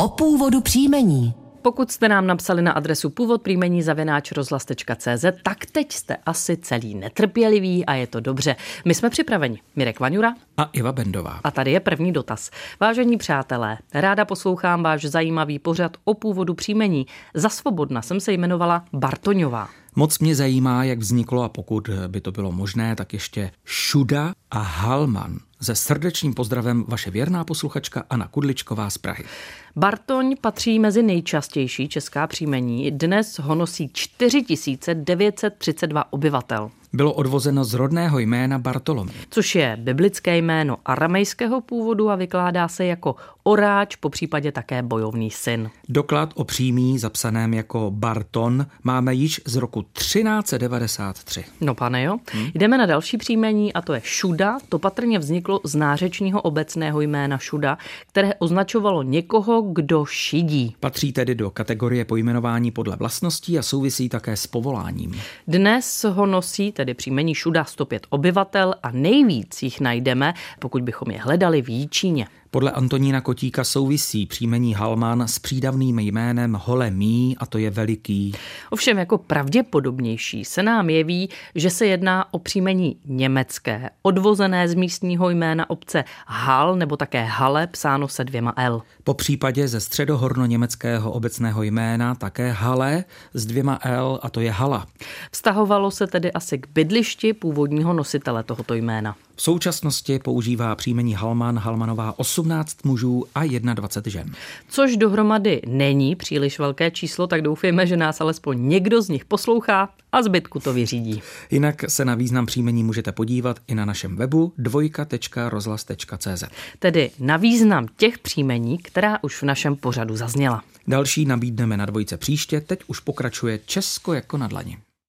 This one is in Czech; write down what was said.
o původu příjmení. Pokud jste nám napsali na adresu původpříjmení@rozhlas.cz, tak teď jste asi celý netrpěliví a je to dobře. My jsme připraveni. Mirek Vaňura a Iva Bendová. A tady je první dotaz. Vážení přátelé, ráda poslouchám váš zajímavý pořad o původu příjmení. Za svobodna jsem se jmenovala Bartoňová. Moc mě zajímá, jak vzniklo, a pokud by to bylo možné, tak ještě Šuda a Halman. Se srdečným pozdravem vaše věrná posluchačka Anna Kudličková z Prahy. Bartoň patří mezi nejčastější česká příjmení. Dnes ho nosí 4932 obyvatel. Bylo odvozeno z rodného jména Bartolomej, což je biblické jméno aramejského původu a vykládá se jako oráč, popřípadě také bojovný syn. Doklad o příjmí zapsaném jako Barton máme již z roku 1393. No pane jo. Jdeme na další příjmení a to je Šuda. To patrně vzniklo z nářečního obecného jména Šuda, které označovalo někoho, kdo šidí. Patří tedy do kategorie pojmenování podle vlastností a souvisí také s povoláním. Dnes ho nosí tedy příjmení Šuda 105 obyvatel a nejvíc jich najdeme, pokud bychom je hledali, v Jíčíně. Podle Antonína Kotíka souvisí příjmení Halman s přídavným jménem Holemí, a to je veliký. Ovšem jako pravděpodobnější se nám jeví, že se jedná o příjmení německé, odvozené z místního jména obce Hal nebo také Hale, psáno se 2 L. Po případě ze středohornoněmeckého obecného jména také Hale s 2 L, a to je Hala. Vztahovalo se tedy asi k bydlišti původního nositele tohoto jména. V současnosti používá příjmení Halman, Halmanová 18 mužů a 21 žen. Což dohromady není příliš velké číslo, tak doufejme, že nás alespoň někdo z nich poslouchá a zbytku to vyřídí. Jinak se na význam příjmení můžete podívat i na našem webu dvojka.rozhlas.cz. Tedy na význam těch příjmení, která už v našem pořadu zazněla. Další nabídneme na Dvojce příště, teď už pokračuje Česko jako na dlani.